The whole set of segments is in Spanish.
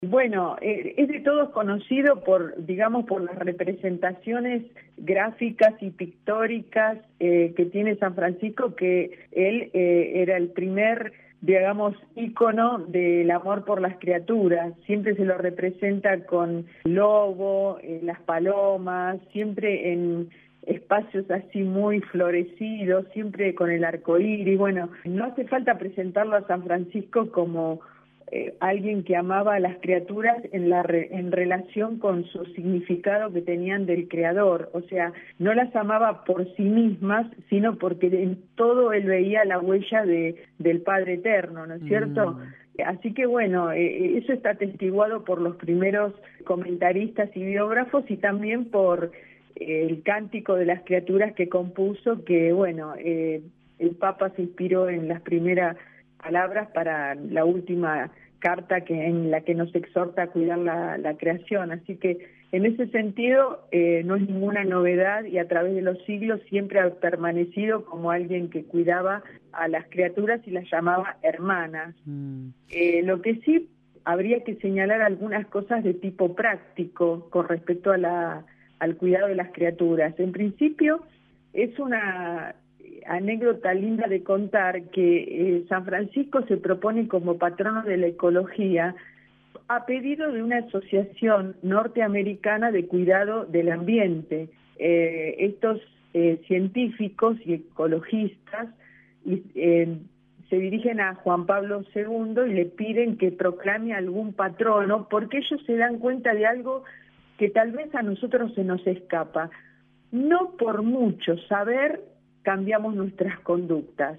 Bueno, es de todos conocido por, digamos, por las representaciones gráficas y pictóricas que tiene San Francisco, que él era el primer, digamos, ícono del amor por las criaturas. Siempre se lo representa con el lobo, las palomas, siempre en espacios así muy florecidos, siempre con el arcoíris. Bueno, no hace falta presentarlo a San Francisco como alguien que amaba a las criaturas en relación con su significado que tenían del creador. O sea, no las amaba por sí mismas, sino porque en todo él veía la huella del Padre Eterno, ¿no es cierto? Así que bueno, eso está atestiguado por los primeros comentaristas y biógrafos y también por el cántico de las criaturas que compuso, que bueno, el Papa se inspiró en las primeras palabras para la última carta en la que nos exhorta a cuidar la creación. Así que en ese sentido no es ninguna novedad y a través de los siglos siempre ha permanecido como alguien que cuidaba a las criaturas y las llamaba hermanas. Lo que sí habría que señalar algunas cosas de tipo práctico con respecto a al cuidado de las criaturas. En principio es una anécdota linda de contar que San Francisco se propone como patrono de la ecología a pedido de una asociación norteamericana de cuidado del ambiente. Estos científicos y ecologistas se dirigen a Juan Pablo II y le piden que proclame algún patrono, porque ellos se dan cuenta de algo que tal vez a nosotros se nos escapa. No por mucho saber cambiamos nuestras conductas.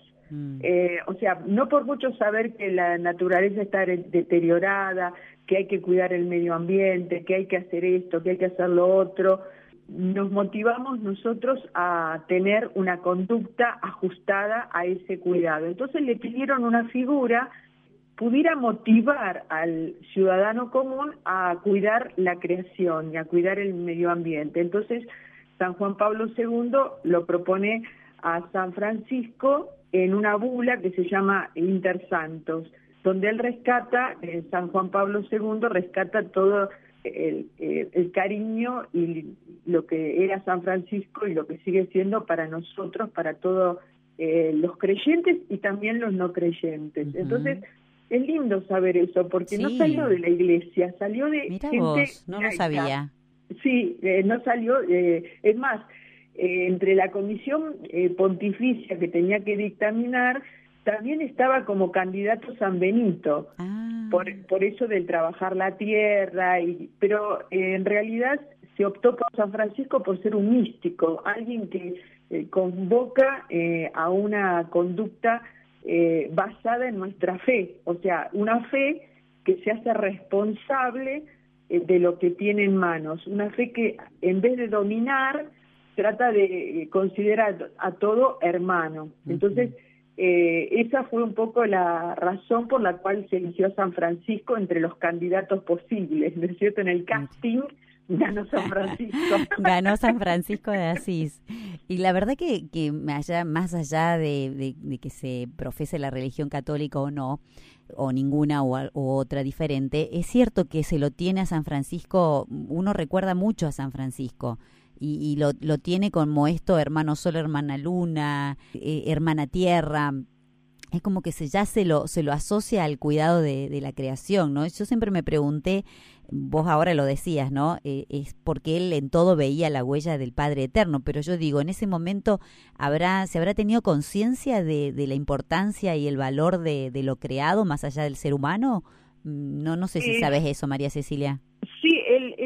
O sea, no por mucho saber que la naturaleza está deteriorada, que hay que cuidar el medio ambiente, que hay que hacer esto, que hay que hacer lo otro, nos motivamos nosotros a tener una conducta ajustada a ese cuidado. Entonces le pidieron una figura pudiera motivar al ciudadano común a cuidar la creación y a cuidar el medio ambiente. Entonces San Juan Pablo II lo propone a San Francisco en una bula que se llama Inter Santos, donde él rescata, San Juan Pablo II rescata todo el cariño y lo que era San Francisco y lo que sigue siendo para nosotros, para todos los creyentes y también los no creyentes. Entonces, es lindo saber eso, porque no salió de la iglesia, salió de Mirá gente vos, no lo sabía. Sí, no salió, es más, entre la comisión pontificia que tenía que dictaminar, también estaba como candidato San Benito, por eso del trabajar la tierra, pero en realidad se optó por San Francisco por ser un místico, alguien que convoca a una conducta basada en nuestra fe, o sea, una fe que se hace responsable de lo que tiene en manos, una fe que en vez de dominar trata de considerar a todo hermano. Entonces esa fue un poco la razón por la cual se eligió a San Francisco entre los candidatos posibles, ¿no es cierto? En el casting ganó San Francisco. Ganó San Francisco de Asís. Y la verdad que más allá de que se profese la religión católica o no, o ninguna u otra diferente, es cierto que se lo tiene a San Francisco, uno recuerda mucho a San Francisco, y lo tiene como esto, hermano sol, hermana luna, hermana tierra. Es como que se lo asocia al cuidado de la creación, ¿no? Yo siempre me pregunté, vos ahora lo decías, ¿no? Es porque él en todo veía la huella del Padre Eterno, pero yo digo, en ese momento se habrá tenido conciencia de la importancia y el valor de lo creado más allá del ser humano. No sé si sabes eso, María Cecilia. Sí,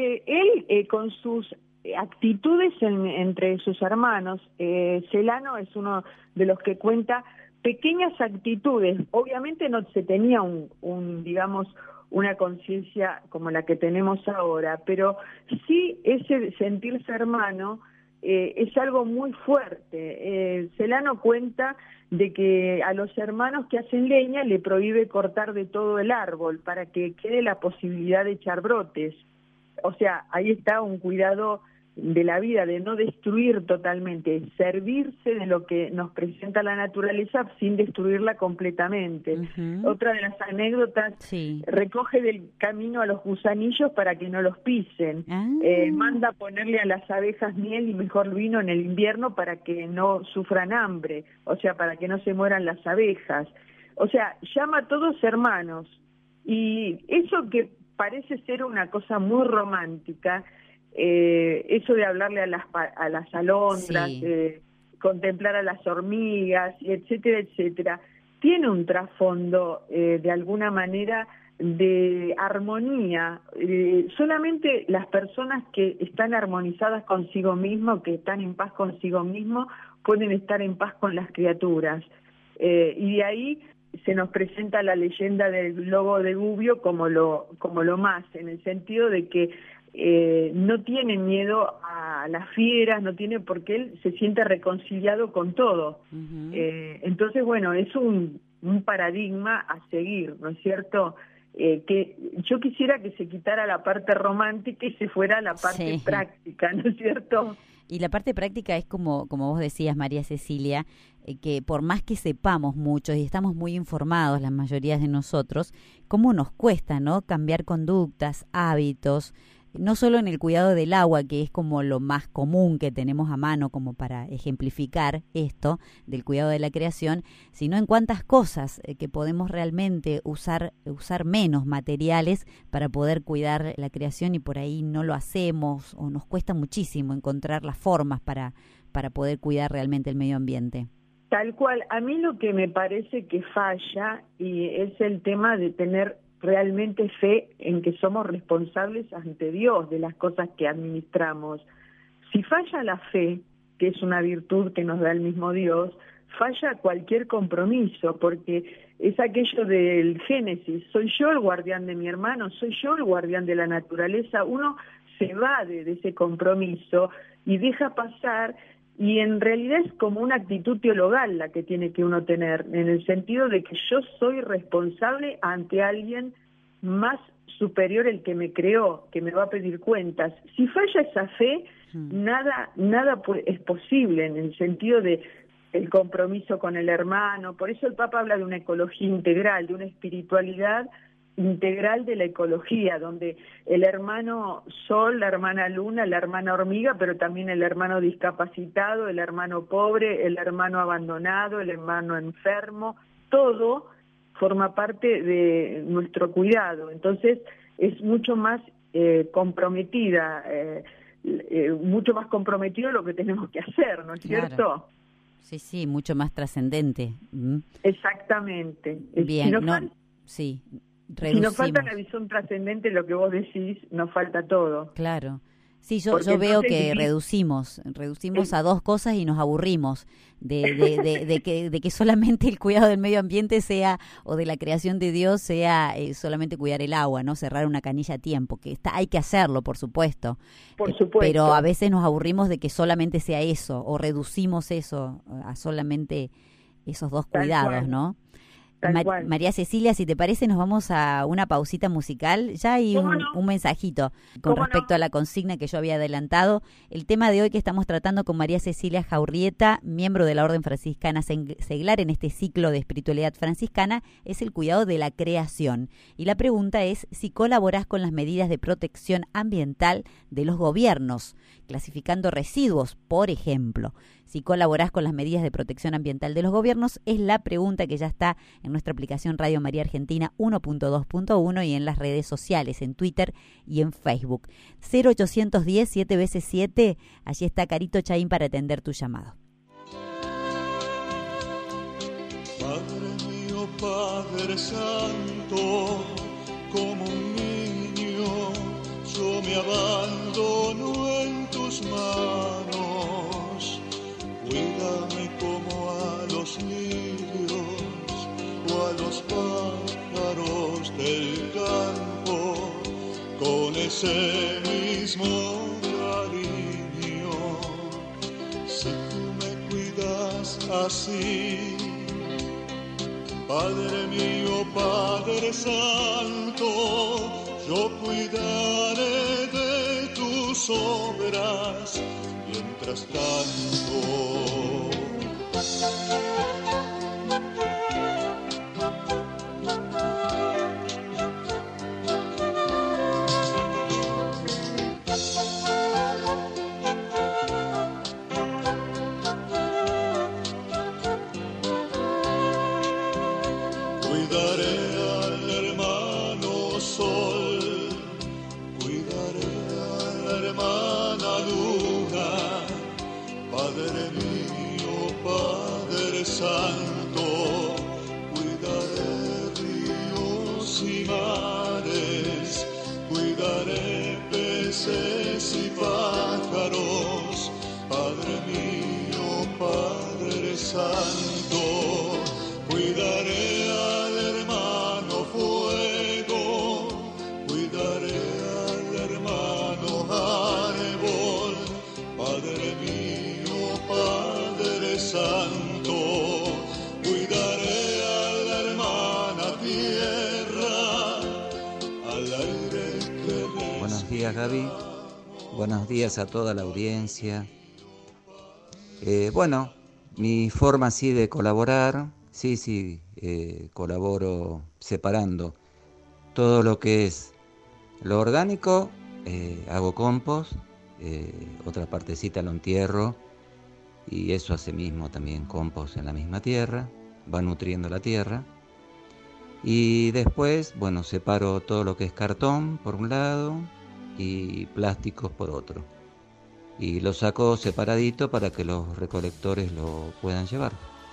él con sus actitudes entre sus hermanos, Celano es uno de los que cuenta pequeñas actitudes. Obviamente no se tenía digamos, una conciencia como la que tenemos ahora, pero sí ese sentirse hermano es algo muy fuerte. Celano cuenta de que a los hermanos que hacen leña le prohíbe cortar de todo el árbol para que quede la posibilidad de echar brotes. O sea, ahí está un cuidado de la vida, de no destruir totalmente, servirse de lo que nos presenta la naturaleza sin destruirla completamente. Uh-huh. Otra de las anécdotas, sí. recoge del camino a los gusanillos para que no los pisen, manda ponerle a las abejas miel y mejor vino en el invierno para que no sufran hambre, o sea, para que no se mueran las abejas. O sea, llama a todos hermanos, y eso que parece ser una cosa muy romántica, eso de hablarle a las alondras, sí. Contemplar a las hormigas, etcétera, etcétera, tiene un trasfondo de alguna manera de armonía. Solamente las personas que están armonizadas consigo mismo, que están en paz consigo mismo, pueden estar en paz con las criaturas. Y de ahí se nos presenta la leyenda del lobo de Gubbio como lo más, en el sentido de que no tiene miedo a las fieras, no tiene, porque él se siente reconciliado con todo. Uh-huh. Entonces, bueno, es un paradigma a seguir, ¿no es cierto? Que yo quisiera que se quitara la parte romántica y se fuera la parte práctica, ¿no es cierto? Y la parte práctica es como vos decías, María Cecilia, que por más que sepamos mucho y estamos muy informados, la mayoría de nosotros, cómo nos cuesta, ¿no?, cambiar conductas, hábitos, no solo en el cuidado del agua, que es como lo más común que tenemos a mano como para ejemplificar esto del cuidado de la creación, sino en cuántas cosas que podemos realmente usar menos materiales para poder cuidar la creación, y por ahí no lo hacemos o nos cuesta muchísimo encontrar las formas para poder cuidar realmente el medio ambiente. Tal cual. A mí lo que me parece que falla y es el tema de tener realmente fe en que somos responsables ante Dios de las cosas que administramos. Si falla la fe, que es una virtud que nos da el mismo Dios, falla cualquier compromiso, porque es aquello del Génesis: soy yo el guardián de mi hermano, soy yo el guardián de la naturaleza. Uno se evade de ese compromiso y deja pasar, y en realidad es como una actitud teologal la que tiene que uno tener, en el sentido de que yo soy responsable ante alguien más superior, el que me creó, que me va a pedir cuentas. Si falla esa fe, nada es posible, en el sentido de el compromiso con el hermano. Por eso el Papa habla de una ecología integral, de una espiritualidad integral de la ecología, donde el hermano sol, la hermana luna, la hermana hormiga, pero también el hermano discapacitado, el hermano pobre, el hermano abandonado, el hermano enfermo, todo forma parte de nuestro cuidado. Entonces es mucho más comprometida, mucho más comprometido lo que tenemos que hacer, ¿no es cierto? Sí, mucho más trascendente. Exactamente. Bien, sí. Reducimos. Si nos falta la visión trascendente, lo que vos decís, nos falta todo. Claro. Sí, yo veo que reducimos a dos cosas y nos aburrimos de que solamente el cuidado del medio ambiente sea, o de la creación de Dios sea solamente cuidar el agua, ¿no? Cerrar una canilla a tiempo, que hay que hacerlo, por supuesto. Por supuesto. Pero a veces nos aburrimos de que solamente sea eso, o reducimos eso a solamente esos dos cuidados, ¿no? María Cecilia, si te parece, nos vamos a una pausita musical. Ya hay un mensajito con respecto a la consigna que yo había adelantado. El tema de hoy que estamos tratando con María Cecilia Jaurrieta, miembro de la Orden Franciscana Seglar en este ciclo de espiritualidad franciscana, es el cuidado de la creación. Y la pregunta es si colaborás con las medidas de protección ambiental de los gobiernos, clasificando residuos, por ejemplo. Si colaborás con las medidas de protección ambiental de los gobiernos, es la pregunta que ya está en nuestra aplicación Radio María Argentina 1.2.1 y en las redes sociales, en Twitter y en Facebook. 0810 7 veces 7, allí está Carito Chaín para atender tu llamado. Padre mío, Padre Santo, como un niño, yo me abandono en tus manos. Cuídame como a los lirios o a los pájaros del campo, con ese mismo cariño. Si tú me cuidas así, Padre mío, Padre Santo, yo cuidaré de tus tus obras, mientras tanto. Cuidaré al hermano sol, cuidaré a la hermana luna, Padre mío, Padre santo, cuidaré ríos y mares, cuidaré peces y pájaros, Padre mío, Padre santo, cuidaré al hermano fuego, cuidaré al hermano árbol, Padre mío, Padre santo, cuidaré a la hermana tierra, al aire que Buenos días, Gaby. Buenos días a toda la audiencia. Bueno, mi forma así de colaborar, sí, colaboro separando todo lo que es lo orgánico, hago compost, otra partecita lo entierro y eso hace mismo también compost en la misma tierra, va nutriendo la tierra. Y después, bueno, separo todo lo que es cartón por un lado y plásticos por otro. Y lo saco separadito para que los recolectores lo puedan llevar.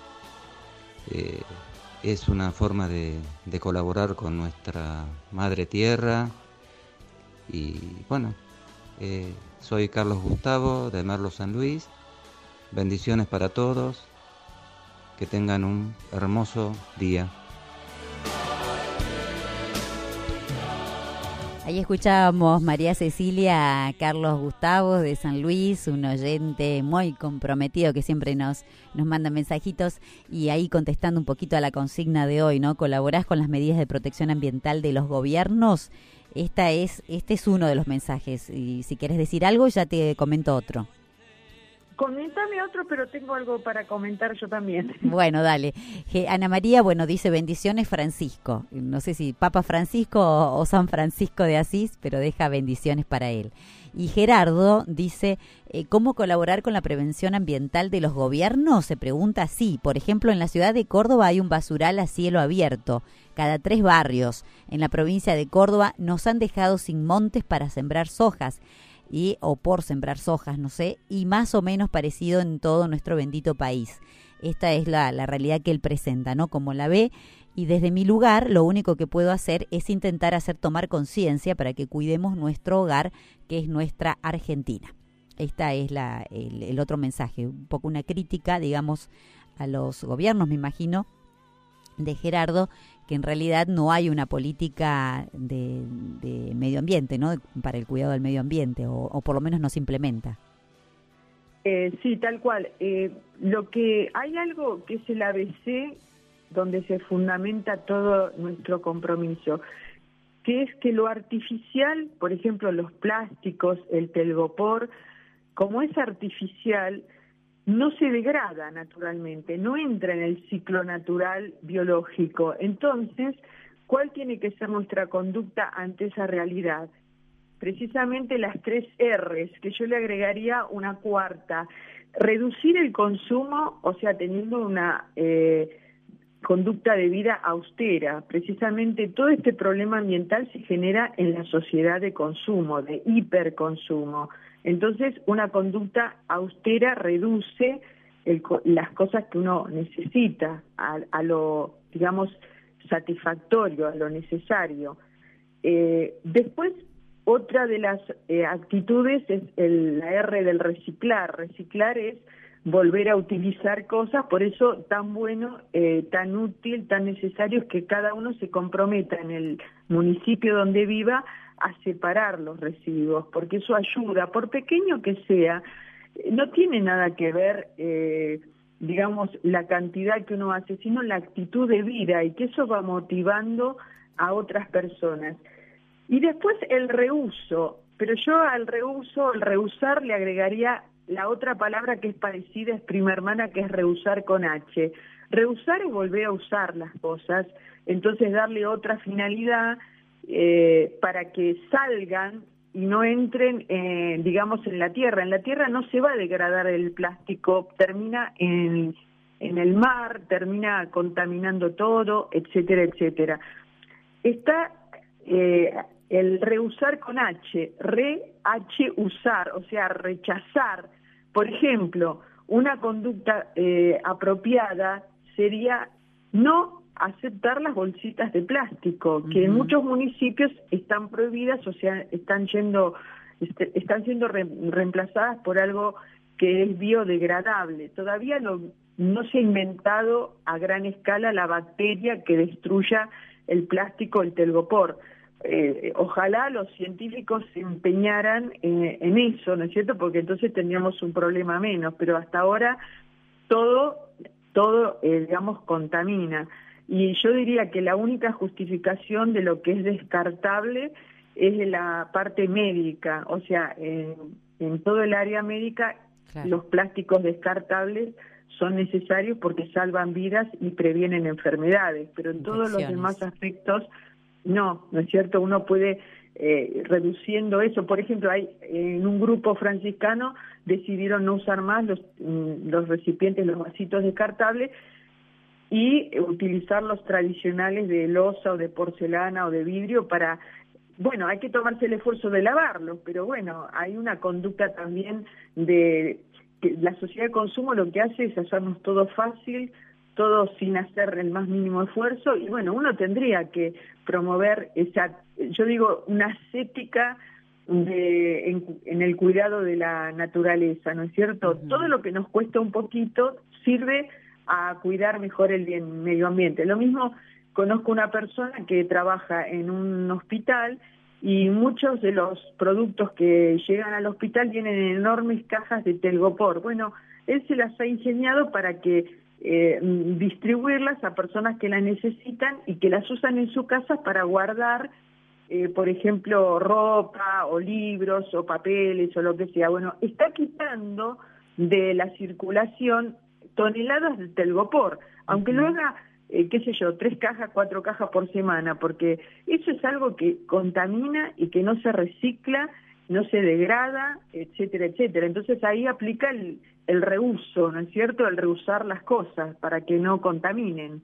Es una forma de colaborar con nuestra madre tierra. Y bueno, soy Carlos Gustavo de Merlo San Luis. Bendiciones para todos. Que tengan un hermoso día. Ahí escuchábamos María Cecilia Carlos Gustavo de San Luis, un oyente muy comprometido que siempre nos manda mensajitos y ahí contestando un poquito a la consigna de hoy, ¿no? ¿Colaborás con las medidas de protección ambiental de los gobiernos? Este es uno de los mensajes y si quieres decir algo ya te comento otro. Coméntame otro, pero tengo algo para comentar yo también. Bueno, dale. Ana María, bueno, dice bendiciones Francisco. No sé si Papa Francisco o San Francisco de Asís, pero deja bendiciones para él. Y Gerardo dice, ¿cómo colaborar con la prevención ambiental de los gobiernos? Se pregunta así. Por ejemplo, en la ciudad de Córdoba hay un basural a cielo abierto, cada 3 barrios. En la provincia de Córdoba nos han dejado sin montes para sembrar sojas. O por sembrar sojas, no sé, y más o menos parecido en todo nuestro bendito país. Esta es la realidad que él presenta, ¿no? Como la ve, y desde mi lugar lo único que puedo hacer es intentar hacer tomar conciencia para que cuidemos nuestro hogar, que es nuestra Argentina. Esta es el otro mensaje, un poco una crítica, digamos, a los gobiernos, me imagino, de Gerardo, que en realidad no hay una política de medio ambiente, ¿no? Para el cuidado del medio ambiente, o por lo menos no se implementa. Sí, tal cual. Lo que hay algo que es el ABC, donde se fundamenta todo nuestro compromiso, que es que lo artificial, por ejemplo, los plásticos, el telgopor, como es artificial, no se degrada naturalmente, no entra en el ciclo natural biológico. Entonces, ¿cuál tiene que ser nuestra conducta ante esa realidad? Precisamente las 3 R's, que yo le agregaría una cuarta. Reducir el consumo, o sea, teniendo una conducta de vida austera. Precisamente todo este problema ambiental se genera en la sociedad de consumo, de hiperconsumo. Entonces, una conducta austera reduce las cosas que uno necesita a lo, digamos, satisfactorio, a lo necesario. Después, otra de las actitudes es la R del reciclar. Reciclar es volver a utilizar cosas, por eso tan bueno, tan útil, tan necesario es que cada uno se comprometa en el municipio donde viva a separar los residuos, porque eso ayuda, por pequeño que sea, no tiene nada que ver, digamos, la cantidad que uno hace, sino la actitud de vida, y que eso va motivando a otras personas. Y después el reuso. pero yo al reuso, el reusar, le agregaría la otra palabra que es parecida, es prima hermana, que es reusar con H. Reusar es volver a usar las cosas, entonces darle otra finalidad para que salgan y no entren, digamos, en la tierra. En la tierra no se va a degradar el plástico, termina en el mar, termina contaminando todo, etcétera, etcétera. Está el reusar con H, H usar, o sea, rechazar. Por ejemplo, una conducta apropiada sería no aceptar las bolsitas de plástico, que en muchos municipios están prohibidas, o sea, están siendo reemplazadas por algo que es biodegradable. Todavía no se ha inventado a gran escala la bacteria que destruya el plástico, el telgopor. Ojalá los científicos se empeñaran en eso, ¿no es cierto? Porque entonces tendríamos un problema menos, pero hasta ahora todo digamos, contamina. Y yo diría que la única justificación de lo que es descartable es de la parte médica, o sea, en todo el área médica, claro, los plásticos descartables son necesarios porque salvan vidas y previenen enfermedades, pero en todos los demás aspectos no es cierto. Uno puede reduciendo eso. Por ejemplo, en un grupo franciscano decidieron no usar más los recipientes, los vasitos descartables, y utilizar los tradicionales de loza o de porcelana o de vidrio para... Bueno, hay que tomarse el esfuerzo de lavarlos, pero bueno, hay una conducta también de... que la sociedad de consumo lo que hace es hacernos todo fácil, todo sin hacer el más mínimo esfuerzo, y bueno, uno tendría que promover yo digo, una ascética en el cuidado de la naturaleza, ¿no es cierto? Uh-huh. Todo lo que nos cuesta un poquito sirve a cuidar mejor el medio ambiente. Lo mismo, conozco una persona que trabaja en un hospital y muchos de los productos que llegan al hospital vienen en enormes cajas de telgopor. Bueno, él se las ha ingeniado para que distribuirlas a personas que las necesitan y que las usan en su casa para guardar, por ejemplo, ropa o libros o papeles o lo que sea. Bueno, está quitando de la circulación toneladas de telgopor, aunque lo haga, 3 cajas, 4 cajas por semana, porque eso es algo que contamina y que no se recicla, no se degrada, etcétera, etcétera. Entonces ahí aplica el reuso, ¿no es cierto? El reusar las cosas para que no contaminen.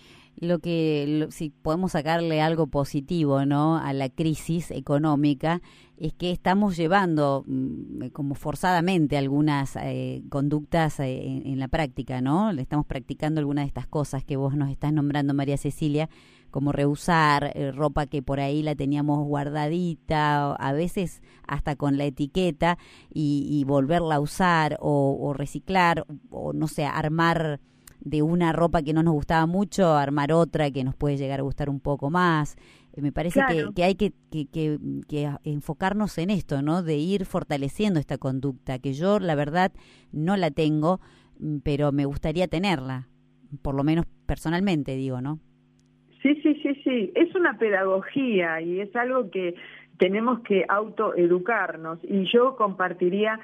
Si podemos sacarle algo positivo, ¿no?, a la crisis económica, es que estamos llevando como forzadamente algunas conductas en la práctica, ¿no? Le estamos practicando algunas de estas cosas que vos nos estás nombrando, María Cecilia, como reusar ropa que por ahí la teníamos guardadita, a veces hasta con la etiqueta, y volverla a usar o reciclar, o no sé, armar de una ropa que no nos gustaba mucho, armar otra que nos puede llegar a gustar un poco más. Me parece claro que hay que enfocarnos en esto, ¿no? De ir fortaleciendo esta conducta, que yo la verdad no la tengo, pero me gustaría tenerla, por lo menos personalmente, digo, ¿no? Sí, es una pedagogía y es algo que tenemos que autoeducarnos, y yo compartiría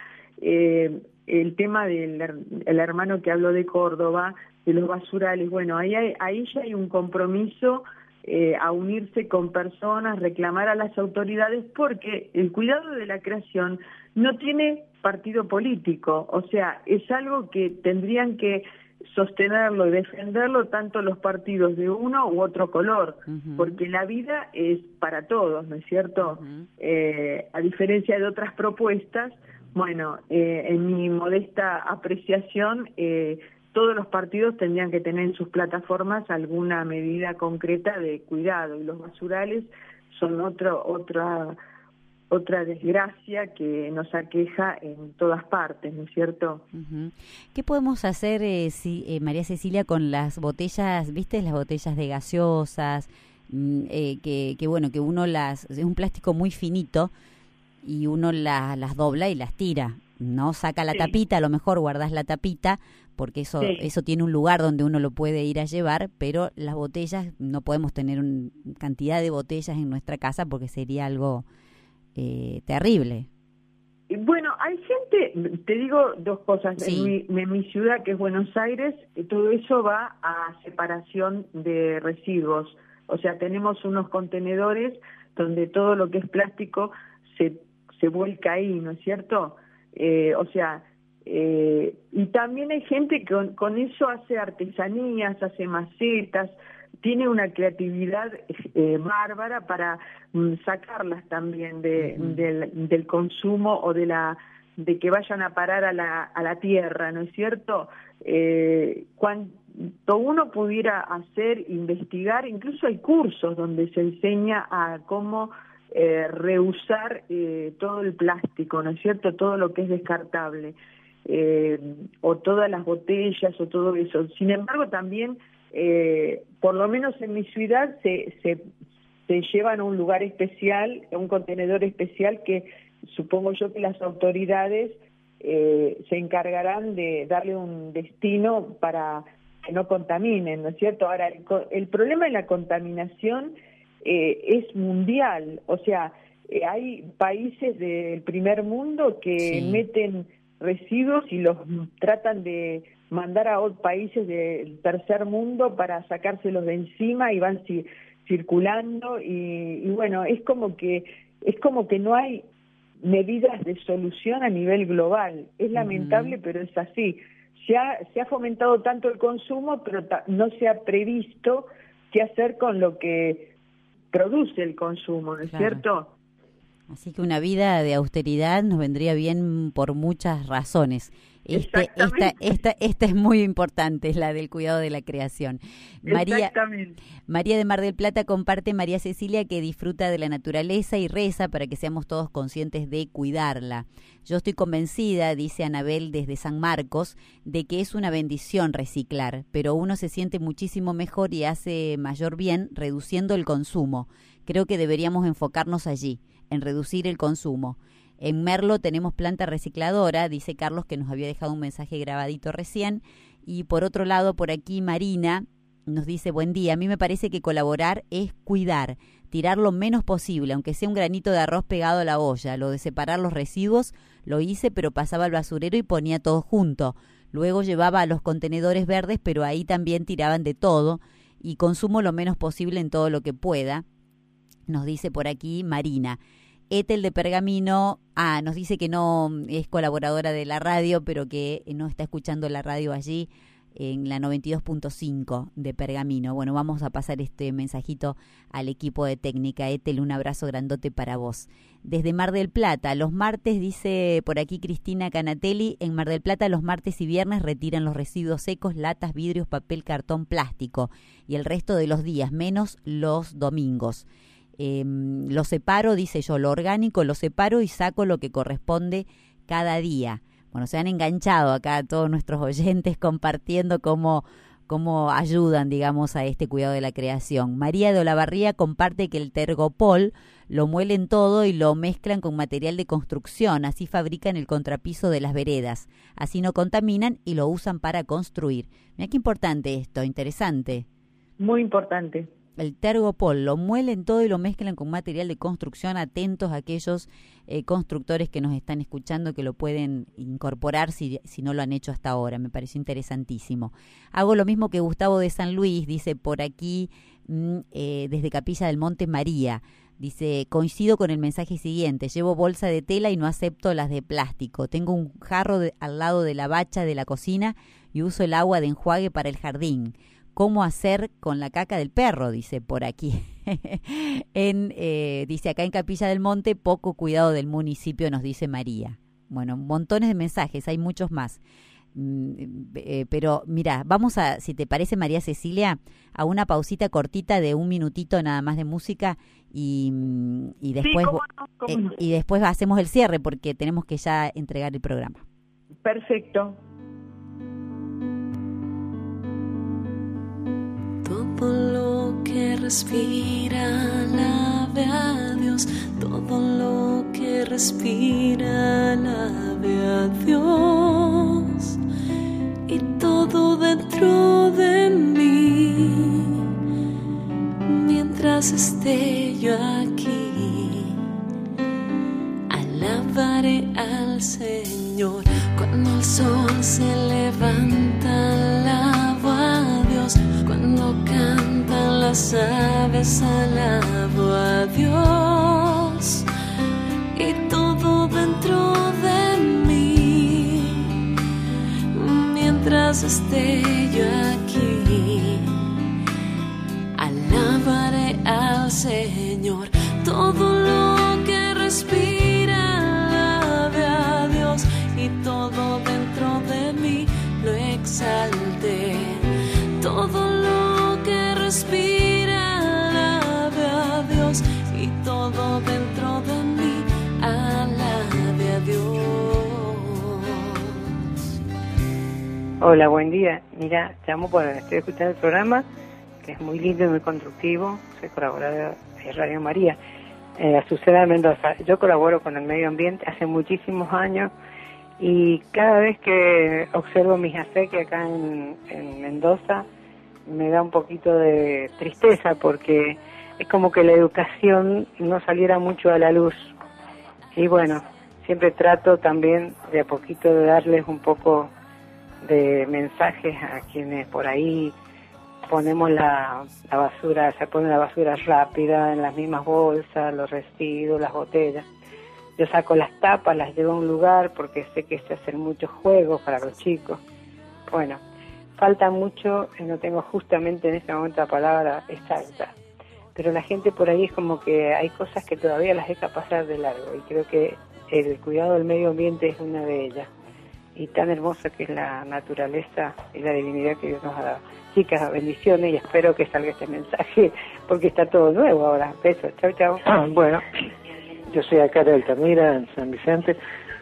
el tema del el hermano que habló de Córdoba, de los basurales. Bueno, ahí ya hay un compromiso a unirse con personas, reclamar a las autoridades, porque el cuidado de la creación no tiene partido político, o sea, es algo que tendrían que sostenerlo y defenderlo tanto los partidos de uno u otro color, uh-huh, porque la vida es para todos, ¿no es cierto? Uh-huh. A diferencia de otras propuestas, bueno, en mi modesta apreciación, todos los partidos tendrían que tener en sus plataformas alguna medida concreta de cuidado, y los basurales son otra desgracia que nos aqueja en todas partes, ¿no es cierto? Uh-huh. ¿Qué podemos hacer, María Cecilia, con las botellas, viste, las botellas de gaseosas, que uno es un plástico muy finito, y uno las dobla y las tira, ¿no? Saca la tapita, a lo mejor guardás la tapita, porque eso tiene un lugar donde uno lo puede ir a llevar, pero las botellas, no podemos tener cantidad de botellas en nuestra casa porque sería algo terrible. Bueno, hay gente, te digo dos cosas, Sí. en mi ciudad, que es Buenos Aires, todo eso va a separación de residuos, o sea, tenemos unos contenedores donde todo lo que es plástico se vuelca ahí, ¿no es cierto? Y también hay gente que con eso hace artesanías, hace macetas, tiene una creatividad bárbara para sacarlas también del consumo o de que vayan a parar a la tierra, ¿no es cierto? Cuanto uno pudiera hacer, investigar, incluso hay cursos donde se enseña a cómo reusar todo el plástico, ¿no es cierto? Todo lo que es descartable, o todas las botellas o todo eso. Sin embargo, también por lo menos en mi ciudad se llevan a un lugar especial, a un contenedor especial que supongo yo que las autoridades se encargarán de darle un destino para que no contaminen, ¿no es cierto? Ahora, el problema de la contaminación es mundial, o sea, hay países del primer mundo que meten residuos y los tratan de mandar a otros países del tercer mundo para sacárselos de encima y van circulando y bueno, es como que no hay medidas de solución a nivel global. Es lamentable, pero es así. Se ha fomentado tanto el consumo, pero no se ha previsto qué hacer con lo que produce el consumo, ¿no es cierto? Así que una vida de austeridad nos vendría bien por muchas razones. Esta es muy importante, es la del cuidado de la creación. María de Mar del Plata comparte, María Cecilia, que disfruta de la naturaleza y reza para que seamos todos conscientes de cuidarla. Yo estoy convencida, dice Anabel desde San Marcos, de que es una bendición reciclar, pero uno se siente muchísimo mejor y hace mayor bien reduciendo el consumo. Creo que deberíamos enfocarnos allí, en reducir el consumo. En Merlo tenemos planta recicladora, dice Carlos, que nos había dejado un mensaje grabadito recién. Y por otro lado, por aquí Marina nos dice, buen día, a mí me parece que colaborar es cuidar, tirar lo menos posible, aunque sea un granito de arroz pegado a la olla. Lo de separar los residuos lo hice, pero pasaba al basurero y ponía todo junto. Luego llevaba a los contenedores verdes, pero ahí también tiraban de todo. Y consumo lo menos posible en todo lo que pueda, nos dice por aquí Marina. Ethel de Pergamino, nos dice que no es colaboradora de la radio, pero que no está escuchando la radio allí en la 92.5 de Pergamino. Bueno, vamos a pasar este mensajito al equipo de técnica. Ethel, un abrazo grandote para vos. Desde Mar del Plata, los martes, dice por aquí Cristina Canatelli, en Mar del Plata los martes y viernes retiran los residuos secos, latas, vidrios, papel, cartón, plástico, y el resto de los días, menos los domingos. Lo separo, dice yo, lo orgánico lo separo y saco lo que corresponde cada día. Bueno, se han enganchado acá todos nuestros oyentes compartiendo cómo ayudan, digamos, a este cuidado de la creación. María de Olavarría comparte que el tergopol lo muelen todo y lo mezclan con material de construcción, así fabrican el contrapiso de las veredas, así no contaminan y lo usan para construir. Mira qué importante esto, interesante. Muy importante. El tergopol, lo muelen todo y lo mezclan con material de construcción. Atentos a aquellos constructores que nos están escuchando, que lo pueden incorporar si no lo han hecho hasta ahora. Me pareció interesantísimo. Hago lo mismo que Gustavo de San Luis, dice por aquí, desde Capilla del Monte María. Dice, coincido con el mensaje siguiente, llevo bolsa de tela y no acepto las de plástico. Tengo un jarro al lado de la bacha de la cocina y uso el agua de enjuague para el jardín. ¿Cómo hacer con la caca del perro? Dice por aquí. Dice acá en Capilla del Monte, poco cuidado del municipio, nos dice María. Bueno, montones de mensajes, hay muchos más. Pero mira, vamos a, si te parece, María Cecilia, a una pausita cortita de 1 minutito nada más de música y después, ¿cómo no? Y después hacemos el cierre porque tenemos que ya entregar el programa. Perfecto. Todo lo que respira alabe a Dios, todo lo que respira alabe a Dios, y todo dentro de mí, mientras esté yo aquí, alabaré al Señor. Cuando el sol se levanta, alabo a Dios. Cuando cantan las aves, alabo a Dios. Y todo dentro de mí, mientras esté yo aquí, alabaré al Señor. Todo lo que respira, alabe a Dios. Y todo dentro de mí lo exalte. Todo lo que respira, alabe a Dios. Y todo dentro de mí, alabe a Dios. Hola, buen día. Mira, llamo porque estoy escuchando el programa, que es muy lindo y muy constructivo. Soy colaboradora de Radio María. Azucena Mendoza. Yo colaboro con el medio ambiente hace muchísimos años y cada vez que observo mis acequias acá en Mendoza me da un poquito de tristeza porque es como que la educación no saliera mucho a la luz. Y bueno, siempre trato también de a poquito de darles un poco de mensajes a quienes por ahí ponemos la basura, se pone la basura rápida en las mismas bolsas, los residuos, las botellas. Yo saco las tapas, las llevo a un lugar porque sé que se hacen muchos juegos para los chicos. Bueno, falta mucho, no tengo justamente en este momento la palabra exacta, pero la gente por ahí es como que hay cosas que todavía las deja pasar de largo y creo que el cuidado del medio ambiente es una de ellas. Y tan hermosa que es la naturaleza y la divinidad que Dios nos ha dado. Chicas, bendiciones y espero que salga este mensaje porque está todo nuevo ahora. Besos, chau, chau. Bueno, yo soy acá de Altamira, en San Vicente,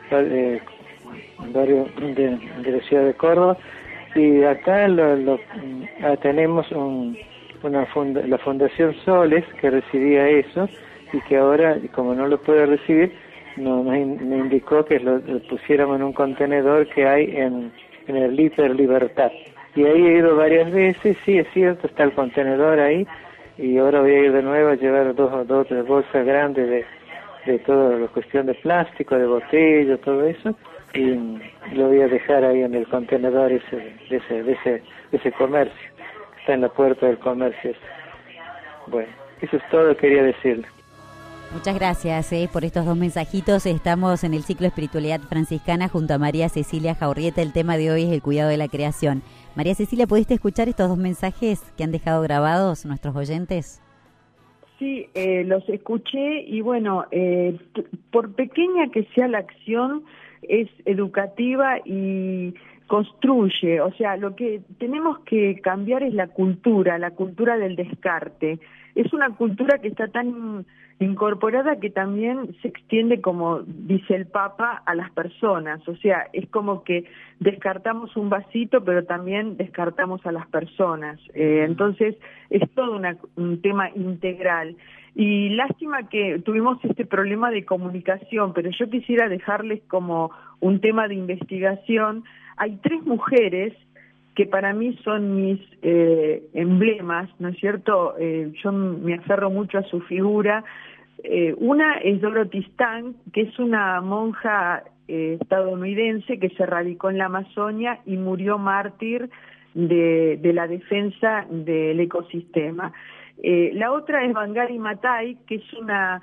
barrio de la ciudad de Córdoba, y acá tenemos la Fundación Soles que recibía eso y que ahora, como no lo puede recibir, me indicó que lo pusiéramos en un contenedor que hay en el Hiper Libertad. Y ahí he ido varias veces, sí, es cierto, está el contenedor ahí, y ahora voy a ir de nuevo a llevar dos o tres bolsas grandes de toda la cuestión de plástico, de botella, todo eso, y lo voy a dejar ahí en el contenedor de ese comercio, que está en la puerta del comercio. Bueno, eso es todo lo que quería decirle. Muchas gracias por estos dos mensajitos. Estamos en el ciclo Espiritualidad Franciscana junto a María Cecilia Jaurrieta. El tema de hoy es el cuidado de la creación. María Cecilia, ¿pudiste escuchar estos dos mensajes que han dejado grabados nuestros oyentes? Sí, los escuché y bueno, por pequeña que sea la acción, es educativa y construye. O sea, lo que tenemos que cambiar es la cultura del descarte. Es una cultura que está tan incorporada que también se extiende, como dice el Papa, a las personas. O sea, es como que descartamos un vasito, pero también descartamos a las personas. Entonces, es todo un tema integral. Y lástima que tuvimos este problema de comunicación, pero yo quisiera dejarles como un tema de investigación. Hay 3 mujeres que para mí son mis emblemas, ¿no es cierto? Yo me aferro mucho a su figura. Una es Dorothy Stang, que es una monja estadounidense que se radicó en la Amazonia y murió mártir de la defensa del ecosistema. La otra es Wangari Maathai, que es una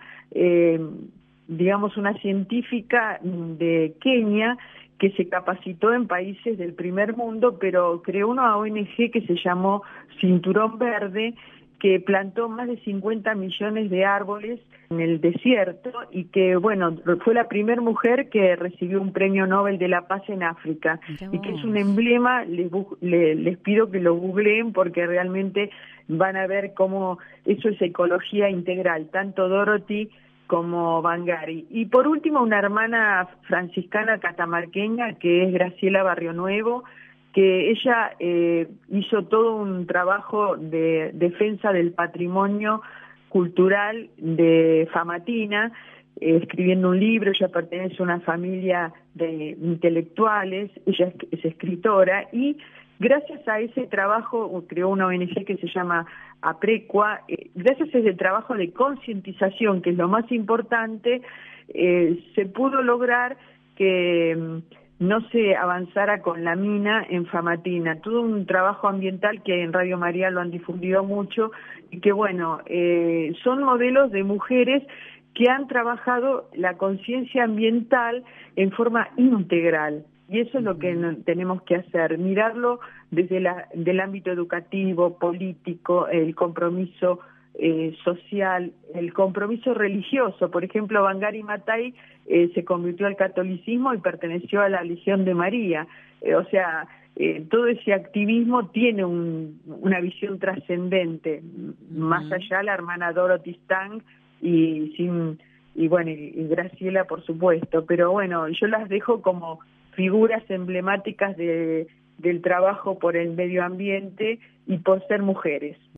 científica de Kenia, que se capacitó en países del primer mundo, pero creó una ONG que se llamó Cinturón Verde, que plantó más de 50 millones de árboles en el desierto y que, bueno, fue la primera mujer que recibió un premio Nobel de la Paz en África y que es un emblema. Les pido que lo googleen porque realmente van a ver cómo eso es ecología integral, tanto Dorothy como Wangari. Y por último, una hermana franciscana catamarqueña que es Graciela Barrionuevo, que ella hizo todo un trabajo de defensa del patrimonio cultural de Famatina, escribiendo un libro. Ella pertenece a una familia de intelectuales, ella es escritora y gracias a ese trabajo creó una ONG que se llama Aprecua. Gracias a ese trabajo de concientización, que es lo más importante, se pudo lograr que no se avanzara con la mina en Famatina. Todo un trabajo ambiental que en Radio María lo han difundido mucho y que, bueno, son modelos de mujeres que han trabajado la conciencia ambiental en forma integral. Y eso es lo que tenemos que hacer, mirarlo desde del ámbito educativo, político, el compromiso social, el compromiso religioso. Por ejemplo, Wangari Maathai se convirtió al catolicismo y perteneció a la Legión de María. O sea, todo ese activismo tiene una visión trascendente, más allá la hermana Dorothy Stang y Graciela, por supuesto. Pero bueno, yo las dejo como figuras emblemáticas del trabajo por el medio ambiente y por ser mujeres.